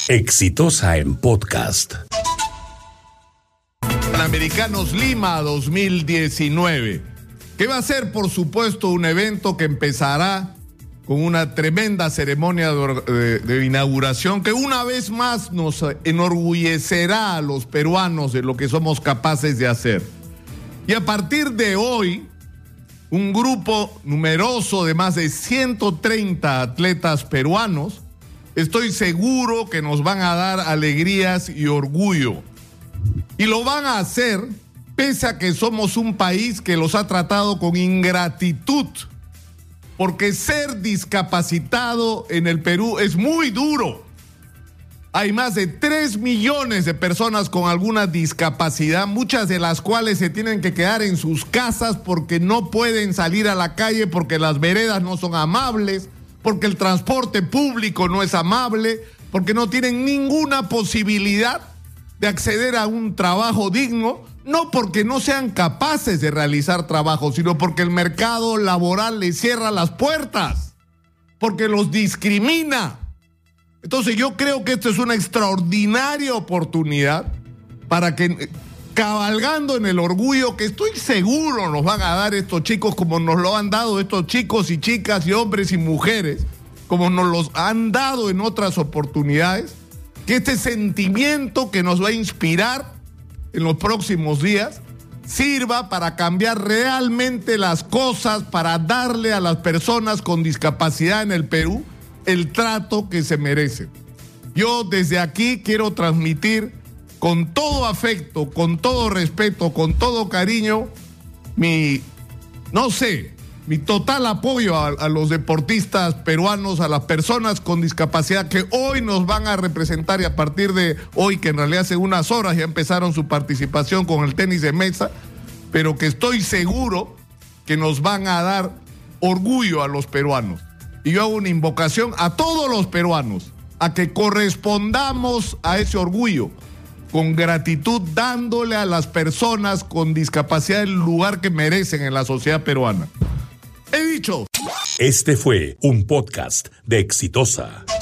Exitosa en podcast. Panamericanos Lima 2019, que va a ser, por supuesto, un evento que empezará con una tremenda ceremonia de inauguración que una vez más nos enorgullecerá a los peruanos de lo que somos capaces de hacer. Y a partir de hoy, un grupo numeroso de más de 130 atletas peruanos, estoy seguro que nos van a dar alegrías y orgullo. Y lo van a hacer pese a que somos un país que los ha tratado con ingratitud. Porque ser discapacitado en el Perú es muy duro. Hay más de 3 millones de personas con alguna discapacidad, muchas de las cuales se tienen que quedar en sus casas porque no pueden salir a la calle, porque las veredas no son amables, porque el transporte público no es amable, porque no tienen ninguna posibilidad de acceder a un trabajo digno, no porque no sean capaces de realizar trabajo, sino porque el mercado laboral les cierra las puertas, porque los discrimina. Entonces yo creo que esto es una extraordinaria oportunidad para que, cabalgando en el orgullo que estoy seguro nos van a dar estos chicos, como nos lo han dado estos chicos y chicas y hombres y mujeres, como nos los han dado en otras oportunidades, que este sentimiento que nos va a inspirar en los próximos días sirva para cambiar realmente las cosas, para darle a las personas con discapacidad en el Perú el trato que se merecen. Yo desde aquí quiero transmitir con todo afecto, con todo respeto, con todo cariño, mi total apoyo a los deportistas peruanos, a las personas con discapacidad que hoy nos van a representar, y a partir de hoy, que en realidad hace unas horas ya empezaron su participación con el tenis de mesa, pero que estoy seguro que nos van a dar orgullo a los peruanos. Y yo hago una invocación a todos los peruanos a que correspondamos a ese orgullo con gratitud, dándole a las personas con discapacidad el lugar que merecen en la sociedad peruana. He dicho. Este fue un podcast de Exitosa.